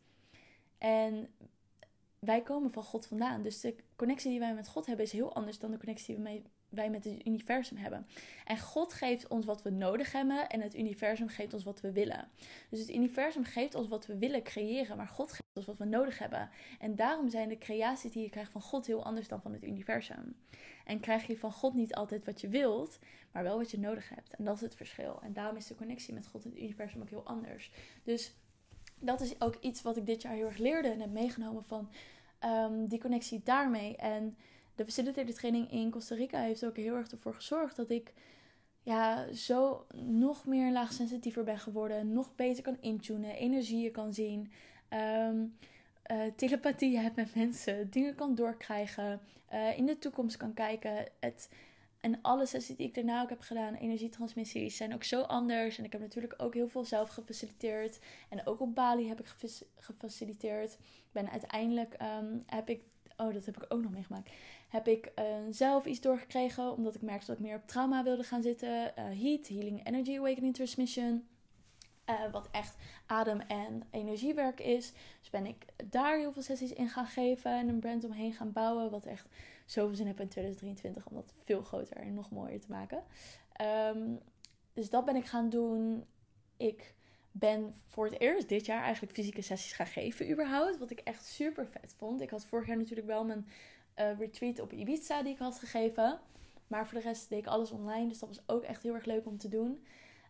En wij komen van God vandaan. Dus de connectie die wij met God hebben is heel anders dan de connectie die wij wij met het universum hebben. En God geeft ons wat we nodig hebben en het universum geeft ons wat we willen. Dus het universum geeft ons wat we willen creëren, maar God geeft ons wat we nodig hebben. En daarom zijn de creaties die je krijgt van God heel anders dan van het universum. En krijg je van God niet altijd wat je wilt, maar wel wat je nodig hebt. En dat is het verschil. En daarom is de connectie met God en het universum ook heel anders. Dus dat is ook iets wat ik dit jaar heel erg leerde en heb meegenomen van um, die connectie daarmee. En de facilitator training in Costa Rica heeft ook heel erg ervoor gezorgd dat ik ja, zo nog meer laagsensitiever ben geworden. Nog beter kan intunen, energieën kan zien. Um, uh, telepathie heb met mensen. Dingen kan doorkrijgen. Uh, in de toekomst kan kijken. Het, en alle sessies die ik daarna ook heb gedaan, energietransmissies, zijn ook zo anders. En ik heb natuurlijk ook heel veel zelf gefaciliteerd. En ook op Bali heb ik gefaciliteerd. Ik ben uiteindelijk, um, heb ik, oh dat heb ik ook nog meegemaakt. Heb ik uh, zelf iets doorgekregen, omdat ik merkte dat ik meer op trauma wilde gaan zitten. Uh, Heat, Healing Energy Awakening Transmission. Uh, wat echt adem- en energiewerk is. Dus ben ik daar heel veel sessies in gaan geven. En een brand omheen gaan bouwen. Wat echt zoveel zin heb in twintig drieëntwintig. Om dat veel groter en nog mooier te maken. Um, dus dat ben ik gaan doen. Ik ben voor het eerst dit jaar eigenlijk fysieke sessies gaan geven überhaupt. Wat ik echt super vet vond. Ik had vorig jaar natuurlijk wel mijn uh, retreat op Ibiza die ik had gegeven. Maar voor de rest deed ik alles online. Dus dat was ook echt heel erg leuk om te doen.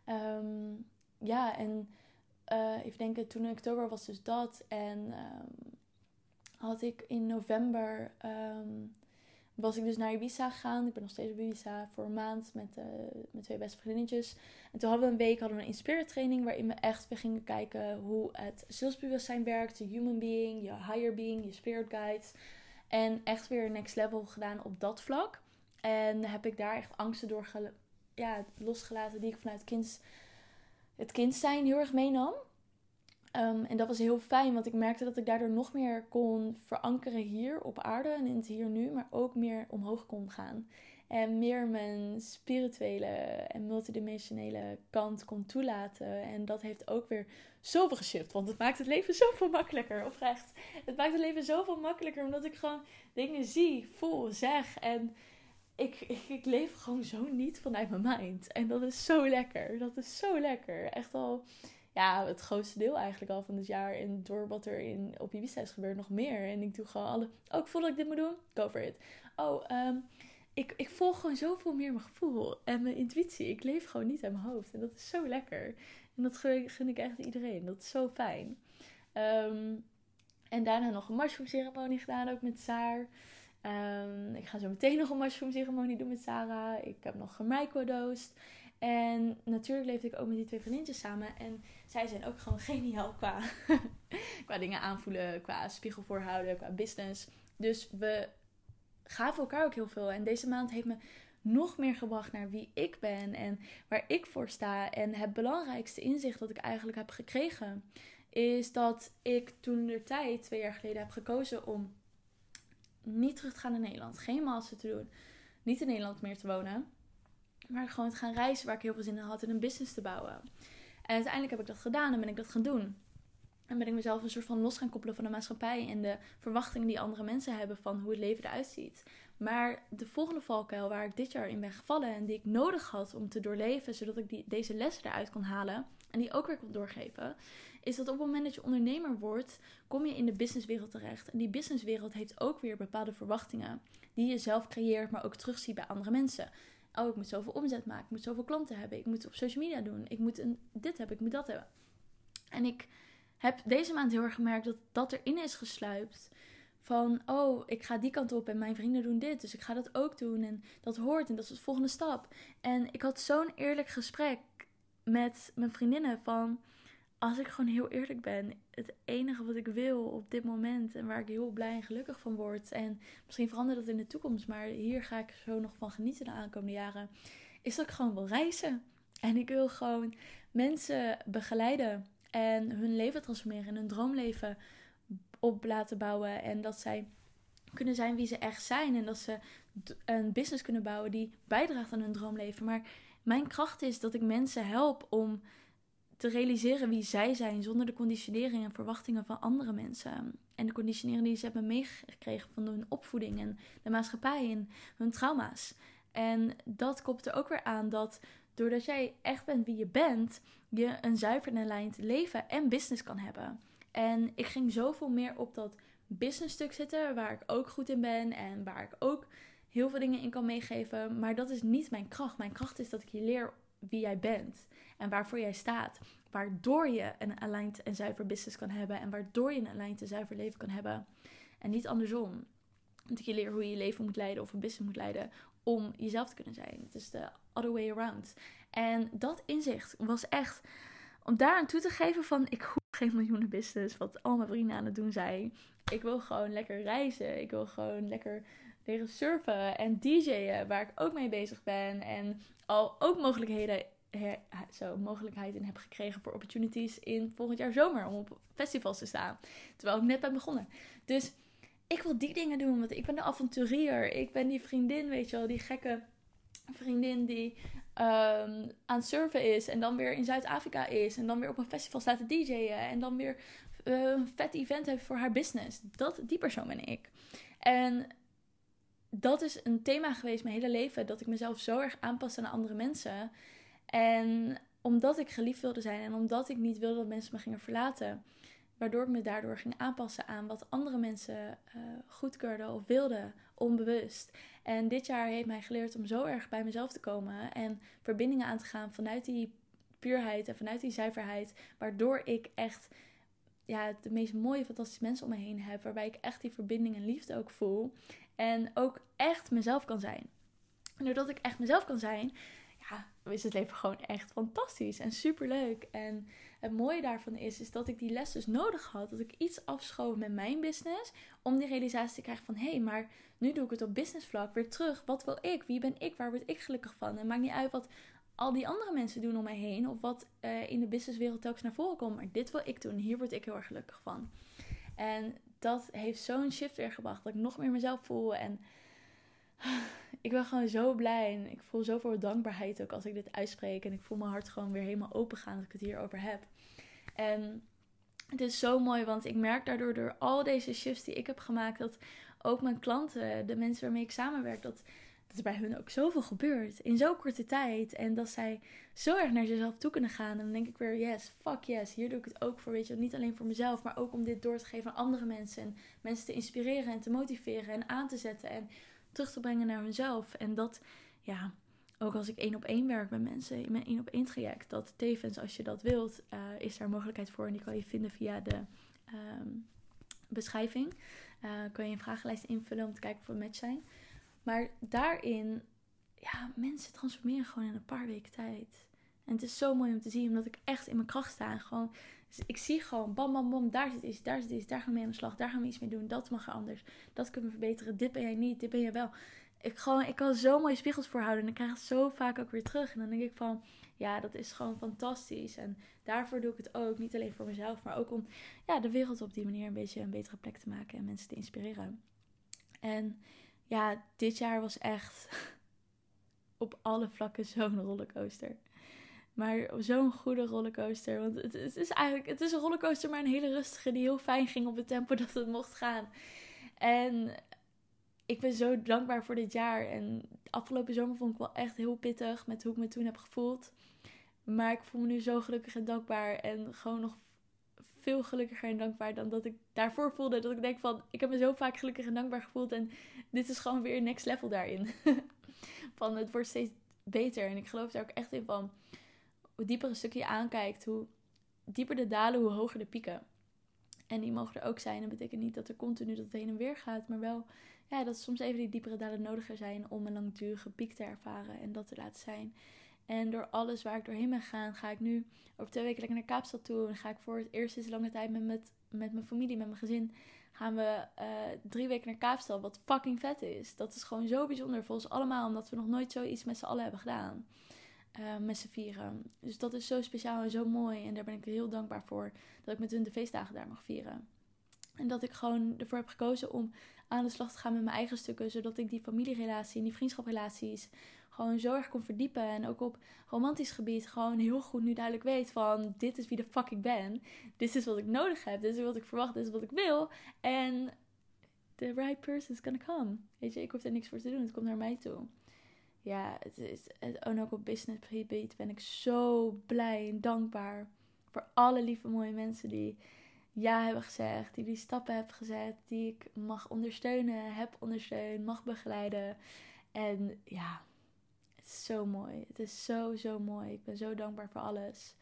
Um, ja, en uh, even denken, toen in oktober was dus dat. En um, had ik in november, um, was ik dus naar Ibiza gegaan. Ik ben nog steeds op Ibiza voor een maand met uh, mijn twee beste vriendinnetjes. En toen hadden we een week hadden we een Inspirit training waarin we echt weer gingen kijken hoe het zielsbewustzijn werkt. Je human being, je higher being, je spirit guides. En echt weer next level gedaan op dat vlak. En heb ik daar echt angsten door gel- ja, losgelaten die ik vanuit kinds... het kind zijn heel erg meenam. Um, en dat was heel fijn, want ik merkte dat ik daardoor nog meer kon verankeren hier op aarde en in het hier nu, maar ook meer omhoog kon gaan. En meer mijn spirituele en multidimensionele kant kon toelaten. En dat heeft ook weer zoveel geshift, want het maakt het leven zoveel makkelijker. Oprecht, het maakt het leven zoveel makkelijker, omdat ik gewoon dingen zie, voel, zeg en... Ik, ik, ik leef gewoon zo niet vanuit mijn mind. En dat is zo lekker. Dat is zo lekker. Echt al, ja, het grootste deel eigenlijk al van dit jaar. En door wat er in, op Ibiza is gebeurd nog meer. En ik doe gewoon alle... Oh, ik voel dat ik dit moet doen. Go for it. Oh, um, ik, ik volg gewoon zoveel meer mijn gevoel. En mijn intuïtie. Ik leef gewoon niet uit mijn hoofd. En dat is zo lekker. En dat gun, gun ik echt iedereen. Dat is zo fijn. Um, en daarna nog een mushroom ceremonie gedaan. Ook met Saar. Um, ik ga zo meteen nog een mushroom ceremonie doen met Sarah. Ik heb nog gemicrodosed. En natuurlijk leefde ik ook met die twee vriendjes samen. En zij zijn ook gewoon geniaal qua, qua dingen aanvoelen, qua spiegel voorhouden, qua business. Dus we gaven elkaar ook heel veel. En deze maand heeft me nog meer gebracht naar wie ik ben en waar ik voor sta. En het belangrijkste inzicht dat ik eigenlijk heb gekregen is dat ik toen de tijd, twee jaar geleden, heb gekozen om niet terug te gaan naar Nederland. Geen master te doen. Niet in Nederland meer te wonen. Maar gewoon te gaan reizen waar ik heel veel zin in had. En een business te bouwen. En uiteindelijk heb ik dat gedaan en ben ik dat gaan doen. En ben ik mezelf een soort van los gaan koppelen van de maatschappij en de verwachtingen die andere mensen hebben van hoe het leven eruit ziet. Maar de volgende valkuil waar ik dit jaar in ben gevallen en die ik nodig had om te doorleven, zodat ik die, deze lessen eruit kon halen en die ook weer kon doorgeven, is dat op het moment dat je ondernemer wordt, kom je in de businesswereld terecht. En die businesswereld heeft ook weer bepaalde verwachtingen die je zelf creëert, maar ook terugziet bij andere mensen. Oh, ik moet zoveel omzet maken, ik moet zoveel klanten hebben, ik moet op social media doen, ik moet een, dit hebben, ik moet dat hebben. En ik heb deze maand heel erg gemerkt dat dat erin is gesluipt. Van, oh, ik ga die kant op en mijn vrienden doen dit. Dus ik ga dat ook doen en dat hoort en dat is de volgende stap. En ik had zo'n eerlijk gesprek met mijn vriendinnen van, als ik gewoon heel eerlijk ben, het enige wat ik wil op dit moment en waar ik heel blij en gelukkig van word. En misschien verandert dat in de toekomst, maar hier ga ik zo nog van genieten de aankomende jaren. Is dat ik gewoon wil reizen. En ik wil gewoon mensen begeleiden en hun leven transformeren en hun droomleven op laten bouwen. En dat zij kunnen zijn wie ze echt zijn. En dat ze een business kunnen bouwen die bijdraagt aan hun droomleven. Maar mijn kracht is dat ik mensen help om te realiseren wie zij zijn zonder de conditionering en verwachtingen van andere mensen. En de conditionering die ze hebben meegekregen van hun opvoeding en de maatschappij en hun trauma's. En dat koppelt er ook weer aan dat doordat jij echt bent wie je bent, je een zuiver en aligned leven en business kan hebben. En ik ging zoveel meer op dat business stuk zitten, waar ik ook goed in ben en waar ik ook heel veel dingen in kan meegeven. Maar dat is niet mijn kracht. Mijn kracht is dat ik je leer wie jij bent en waarvoor jij staat. Waardoor je een aligned en zuiver business kan hebben en waardoor je een aligned en zuiver leven kan hebben. En niet andersom. Dat ik je leer hoe je je leven moet leiden of een business moet leiden om jezelf te kunnen zijn. Het is de other way around. En dat inzicht was echt om daaraan toe te geven van, ik hoef geen miljoenen business, wat al mijn vrienden aan het doen zijn. Ik wil gewoon lekker reizen. Ik wil gewoon lekker leren surfen en D J'en, waar ik ook mee bezig ben. En al ook mogelijkheden, he, zo, mogelijkheid in heb gekregen voor opportunities in volgend jaar zomer om op festivals te staan. Terwijl ik net ben begonnen. Dus ik wil die dingen doen, want ik ben de avonturier. Ik ben die vriendin, weet je wel, die gekke vriendin die um, aan het surfen is en dan weer in Zuid-Afrika is en dan weer op een festival staat te D J'en en dan weer uh, een vet event heeft voor haar business. Dat, die persoon ben ik. En dat is een thema geweest mijn hele leven, dat ik mezelf zo erg aanpaste aan andere mensen. En omdat ik geliefd wilde zijn en omdat ik niet wilde dat mensen me gingen verlaten, waardoor ik me daardoor ging aanpassen aan wat andere mensen uh, goedkeurden of wilden, onbewust. En dit jaar heeft mij geleerd om zo erg bij mezelf te komen en verbindingen aan te gaan vanuit die puurheid en vanuit die zuiverheid, waardoor ik echt ja, de meest mooie, fantastische mensen om me heen heb, waarbij ik echt die verbinding en liefde ook voel en ook echt mezelf kan zijn. En doordat ik echt mezelf kan zijn, ja, is het leven gewoon echt fantastisch en superleuk. En het mooie daarvan is, is dat ik die les dus nodig had. Dat ik iets afschoof met mijn business. Om die realisatie te krijgen van, hé, hey, maar nu doe ik het op business vlak weer terug. Wat wil ik? Wie ben ik? Waar word ik gelukkig van? En het maakt niet uit wat al die andere mensen doen om mij heen. Of wat uh, in de businesswereld telkens naar voren komt. Maar dit wil ik doen. Hier word ik heel erg gelukkig van. En dat heeft zo'n shift weer gebracht. Dat ik nog meer mezelf voel. En ik ben gewoon zo blij en ik voel zoveel dankbaarheid ook als ik dit uitspreek. En ik voel mijn hart gewoon weer helemaal open gaan als ik het hierover heb. En het is zo mooi, want ik merk daardoor door al deze shifts die ik heb gemaakt, dat ook mijn klanten, de mensen waarmee ik samenwerk, dat, dat er bij hun ook zoveel gebeurt in zo'n korte tijd. En dat zij zo erg naar zichzelf toe kunnen gaan. En dan denk ik weer, yes, fuck yes, hier doe ik het ook voor. Weet je, niet alleen voor mezelf, maar ook om dit door te geven aan andere mensen. En mensen te inspireren en te motiveren en aan te zetten en terug te brengen naar hunzelf. En dat, ja, ook als ik één op één werk met mensen in mijn één op één traject, dat tevens als je dat wilt, uh, is daar mogelijkheid voor. En die kan je vinden via de um, beschrijving. Uh, kan je een vragenlijst invullen om te kijken of we een match zijn. Maar daarin, ja, mensen transformeren gewoon in een paar weken tijd. En het is zo mooi om te zien, omdat ik echt in mijn kracht sta. En gewoon, dus ik zie gewoon, bam, bam, bam, daar zit iets, daar zit iets, daar gaan we mee aan de slag, daar gaan we iets mee doen, dat mag anders, dat kunnen we verbeteren, dit ben jij niet, dit ben jij wel. Ik, gewoon, ik kan zo mooie spiegels voorhouden en ik krijg het zo vaak ook weer terug. En dan denk ik van, ja, dat is gewoon fantastisch. En daarvoor doe ik het ook, niet alleen voor mezelf, maar ook om ja, de wereld op die manier een beetje een betere plek te maken en mensen te inspireren. En ja, dit jaar was echt op alle vlakken zo'n rollercoaster. Maar zo'n goede rollercoaster. Want het, het is eigenlijk het is een rollercoaster, maar een hele rustige die heel fijn ging op het tempo dat het mocht gaan. En ik ben zo dankbaar voor dit jaar. En afgelopen zomer vond ik wel echt heel pittig met hoe ik me toen heb gevoeld. Maar ik voel me nu zo gelukkig en dankbaar. En gewoon nog veel gelukkiger en dankbaar dan dat ik daarvoor voelde. Dat ik denk van, ik heb me zo vaak gelukkig en dankbaar gevoeld. En dit is gewoon weer next level daarin. Van, het wordt steeds beter. En ik geloof daar ook echt in van, hoe dieper een stukje je aankijkt, hoe dieper de dalen, hoe hoger de pieken. En die mogen er ook zijn. Dat betekent niet dat er continu dat het heen en weer gaat. Maar wel, ja, dat soms even die diepere dalen nodiger zijn om een langdurige piek te ervaren. En dat te laten zijn. En door alles waar ik doorheen ben gegaan, ga ik nu over twee weken lekker naar Kaapstad toe. En ga ik voor het eerst sinds lange tijd met, met, met mijn familie, met mijn gezin, gaan we uh, drie weken naar Kaapstad. Wat fucking vet is. Dat is gewoon zo bijzonder voor ons allemaal. Omdat we nog nooit zoiets met z'n allen hebben gedaan. Uh, met z'n vieren. Dus dat is zo speciaal en zo mooi. En daar ben ik heel dankbaar voor. Dat ik met hun de feestdagen daar mag vieren. En dat ik gewoon ervoor heb gekozen om aan de slag te gaan met mijn eigen stukken. Zodat ik die familierelatie en die vriendschaprelaties gewoon zo erg kon verdiepen. En ook op romantisch gebied gewoon heel goed nu duidelijk weet van, dit is wie de fuck ik ben. Dit is wat ik nodig heb. Dit is wat ik verwacht. Dit is wat ik wil. En the right person is gonna come. Weet je, ik hoef er niks voor te doen. Het komt naar mij toe. Ja, het is, en ook op business gebied ben ik zo blij en dankbaar voor alle lieve mooie mensen die ja hebben gezegd, die die stappen hebben gezet, die ik mag ondersteunen, heb ondersteund, mag begeleiden. En ja, het is zo mooi. Het is zo, zo mooi. Ik ben zo dankbaar voor alles.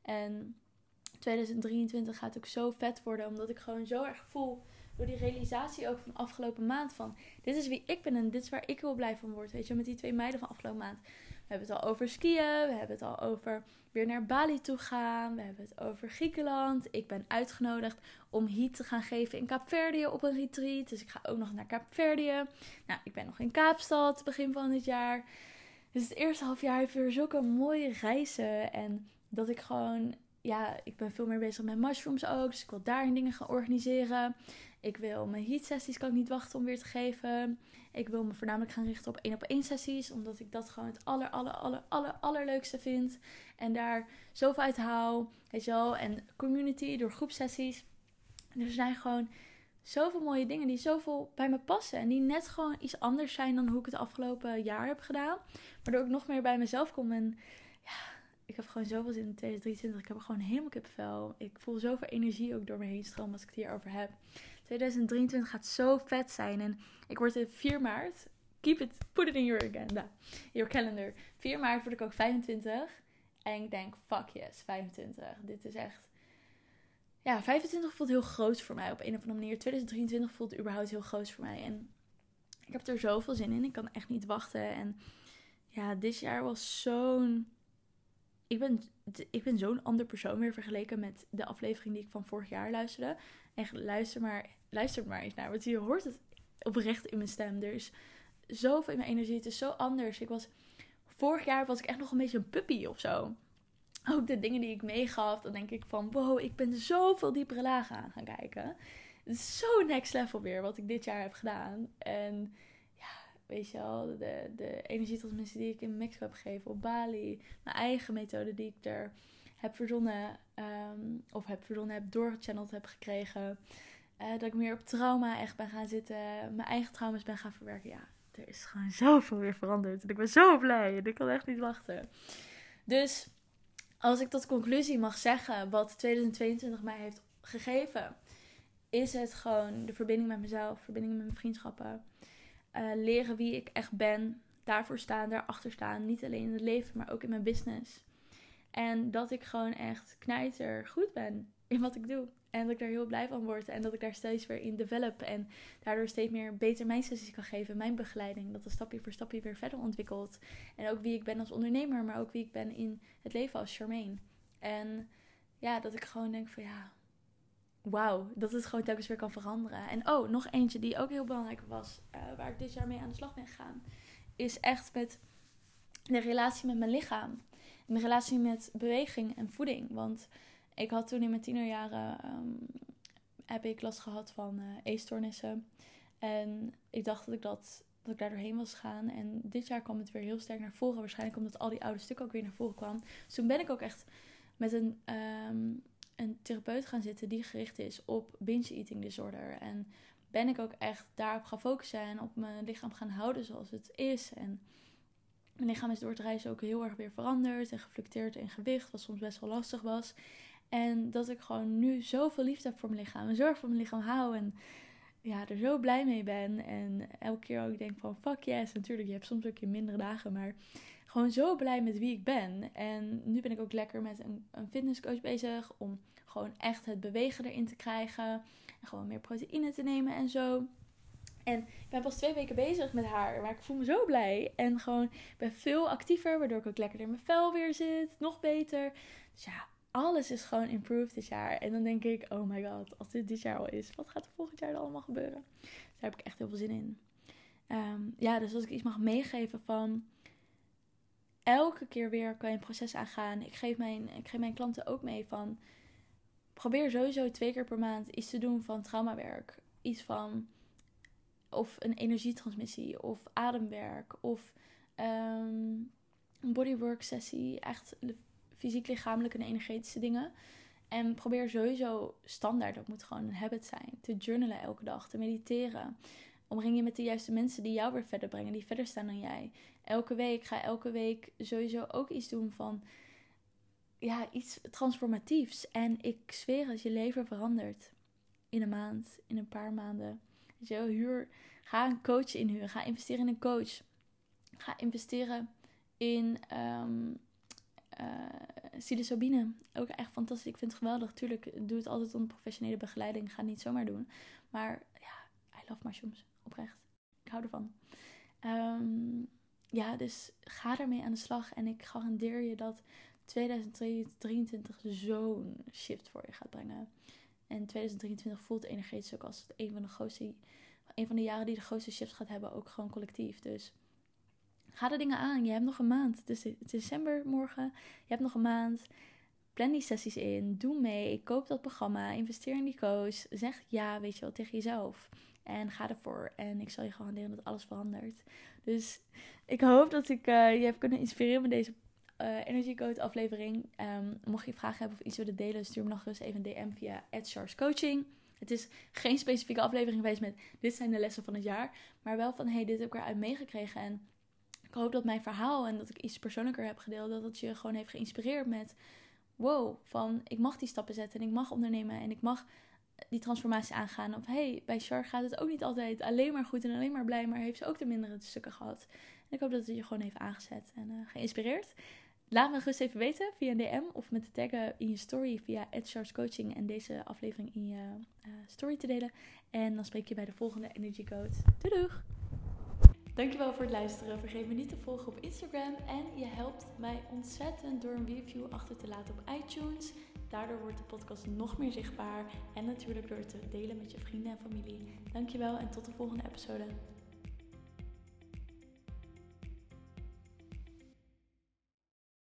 En tweeduizend drieëntwintig gaat ook zo vet worden, omdat ik gewoon zo erg voel, door die realisatie ook van afgelopen maand, van dit is wie ik ben en dit is waar ik heel blij van word. Weet je, met die twee meiden van afgelopen maand. We hebben het al over skiën, we hebben het al over weer naar Bali toe gaan, we hebben het over Griekenland. Ik ben uitgenodigd om heat te gaan geven in Kaapverdië op een retreat. Dus ik ga ook nog naar Kaapverdië. Nou, ik ben nog in Kaapstad begin van dit jaar. Dus het eerste half jaar heeft weer zulke mooie reizen. En dat ik gewoon, ja, ik ben veel meer bezig met mushrooms ook. Dus ik wil daarin dingen gaan organiseren. Ik wil mijn heat sessies, kan ik niet wachten om weer te geven. Ik wil me voornamelijk gaan richten op één op één sessies. Omdat ik dat gewoon het aller, aller, aller, aller, allerleukste vind. En daar zoveel uit hou. Weet je wel. En community door groepsessies. En er zijn gewoon zoveel mooie dingen die zoveel bij me passen. En die net gewoon iets anders zijn dan hoe ik het afgelopen jaar heb gedaan. Waardoor ik nog meer bij mezelf kom. En ja, ik heb gewoon zoveel zin in tweeduizend drieëntwintig. Ik heb er gewoon helemaal kippenvel. Ik voel zoveel energie ook door me heen stromen als ik het hierover heb. tweeduizend drieëntwintig gaat zo vet zijn. En ik word het vier maart. Keep it, put it in your agenda. Your calendar. vier maart word ik ook vijfentwintig. En ik denk, fuck yes, vijfentwintig. Dit is echt... Ja, vijfentwintig voelt heel groot voor mij op een of andere manier. tweeduizend drieëntwintig voelt überhaupt heel groot voor mij. En ik heb er zoveel zin in. Ik kan echt niet wachten. En ja, dit jaar was zo'n... Ik ben, ik ben zo'n ander persoon weer vergeleken met de aflevering die ik van vorig jaar luisterde. Echt, luister maar, luister maar eens naar. Want je hoort het oprecht in mijn stem. Er is zoveel in mijn energie. Het is zo anders. Ik was, vorig jaar was ik echt nog een beetje een puppy of zo. Ook de dingen die ik meegaf, dan denk ik van, wow, ik ben zoveel diepere lagen aan gaan kijken. Het is zo next level weer wat ik dit jaar heb gedaan. En ja, weet je wel, de, de energietransmissie die ik in Mexico heb gegeven, op Bali. Mijn eigen methode die ik er heb verzonnen, um, of heb verzonnen, heb doorgechanneld heb gekregen. Uh, dat ik meer op trauma echt ben gaan zitten, mijn eigen trauma's ben gaan verwerken. Ja, er is gewoon zoveel weer veranderd. En ik ben zo blij en ik kan echt niet wachten. Dus als ik tot conclusie mag zeggen wat tweeduizend tweeëntwintig mij heeft gegeven, is het gewoon de verbinding met mezelf, verbinding met mijn vriendschappen. Uh, leren wie ik echt ben, daarvoor staan, daarachter staan. Niet alleen in het leven, maar ook in mijn business. En dat ik gewoon echt knijter goed ben in wat ik doe. En dat ik daar heel blij van word. En dat ik daar steeds weer in develop. En daardoor steeds meer beter mijn sessies kan geven. Mijn begeleiding. Dat het stapje voor stapje weer verder ontwikkelt. En ook wie ik ben als ondernemer. Maar ook wie ik ben in het leven als Charmaine. En ja, dat ik gewoon denk van ja, wauw. Dat het gewoon telkens weer kan veranderen. En oh, nog eentje die ook heel belangrijk was. Uh, waar ik dit jaar mee aan de slag ben gegaan. Is echt met de relatie met mijn lichaam. En de relatie met beweging en voeding. Want ik had toen in mijn tienerjaren um, heb ik last gehad van uh, eetstoornissen. En ik dacht dat ik dat dat ik daar doorheen was gegaan. En dit jaar kwam het weer heel sterk naar voren. Waarschijnlijk omdat al die oude stukken ook weer naar voren kwamen. Dus toen ben ik ook echt met een, um, een therapeut gaan zitten die gericht is op binge eating disorder. En ben ik ook echt daarop gaan focussen en op mijn lichaam gaan houden zoals het is. En mijn lichaam is door het reizen ook heel erg weer veranderd en gefluctueerd in gewicht, wat soms best wel lastig was. En dat ik gewoon nu zoveel liefde heb voor mijn lichaam en zorg voor mijn lichaam hou en ja, er zo blij mee ben. En elke keer ook denk van fuck yes, natuurlijk, je hebt soms ook je mindere dagen, maar gewoon zo blij met wie ik ben. En nu ben ik ook lekker met een, een fitnesscoach bezig om gewoon echt het bewegen erin te krijgen. En gewoon meer proteïne te nemen en zo. En ik ben pas twee weken bezig met haar, maar ik voel me zo blij. En gewoon, ik ben veel actiever, waardoor ik ook lekker in mijn vel weer zit. Nog beter. Dus ja, alles is gewoon improved dit jaar. En dan denk ik, oh my god, als dit dit jaar al is, wat gaat er volgend jaar dan allemaal gebeuren? Dus daar heb ik echt heel veel zin in. Um, ja, dus als ik iets mag meegeven van elke keer weer kan je een proces aangaan. Ik geef mijn, ik geef mijn klanten ook mee van probeer sowieso twee keer per maand iets te doen van traumawerk. Iets van of een energietransmissie of ademwerk of um, een bodywork sessie. Echt fysiek, lichamelijk en energetische dingen. En probeer sowieso standaard, dat moet gewoon een habit zijn, te journalen elke dag, te mediteren. Omring je met de juiste mensen die jou weer verder brengen, die verder staan dan jij. Elke week, ga elke week sowieso ook iets doen van, ja, iets transformatiefs. En ik zweer het, je leven verandert. In een maand, in een paar maanden. Weet je wel, huur, ga een coach inhuren, ga investeren in een coach. Ga investeren in um, uh, psilocybine. Ook echt fantastisch, ik vind het geweldig. Tuurlijk, doe het altijd onder professionele begeleiding, ga het niet zomaar doen. Maar ja, I love mushrooms. Oprecht. Ik hou ervan. Um, ja, dus ga ermee aan de slag. En ik garandeer je dat tweeduizend drieëntwintig zo'n shift voor je gaat brengen. En tweeduizend drieëntwintig voelt energetisch ook als het een van de grootste, een van de jaren die de grootste shift gaat hebben. Ook gewoon collectief. Dus ga de dingen aan. Je hebt nog een maand. Het is, het is december morgen. Je hebt nog een maand. Plan die sessies in. Doe mee. Koop dat programma. Investeer in die coach. Zeg ja, weet je wel, tegen jezelf. En ga ervoor. En ik zal je garanderen dat alles verandert. Dus ik hoop dat ik uh, je heb kunnen inspireren met deze uh, Energy Code aflevering. Um, mocht je vragen hebben of iets willen delen, stuur me nog eens even een D M via at Charles Coaching. Het is geen specifieke aflevering geweest met dit zijn de lessen van het jaar. Maar wel van hey, dit heb ik eruit meegekregen. En ik hoop dat mijn verhaal en dat ik iets persoonlijker heb gedeeld, dat het je gewoon heeft geïnspireerd met wow, van ik mag die stappen zetten en ik mag ondernemen en ik mag die transformatie aangaan. Of hey, bij Char gaat het ook niet altijd alleen maar goed en alleen maar blij, maar heeft ze ook de mindere stukken gehad. En ik hoop dat het je gewoon heeft aangezet en uh, geïnspireerd. Laat me gerust even weten via een D M of met de taggen in je story via at Charles Coaching en deze aflevering in je uh, story te delen. En dan spreek je bij de volgende Energy Code. Doei doeg! Dankjewel voor het luisteren. Vergeet me niet te volgen op Instagram. En je helpt mij ontzettend door een review achter te laten op iTunes. Daardoor wordt de podcast nog meer zichtbaar. En natuurlijk door het te delen met je vrienden en familie. Dankjewel en tot de volgende episode.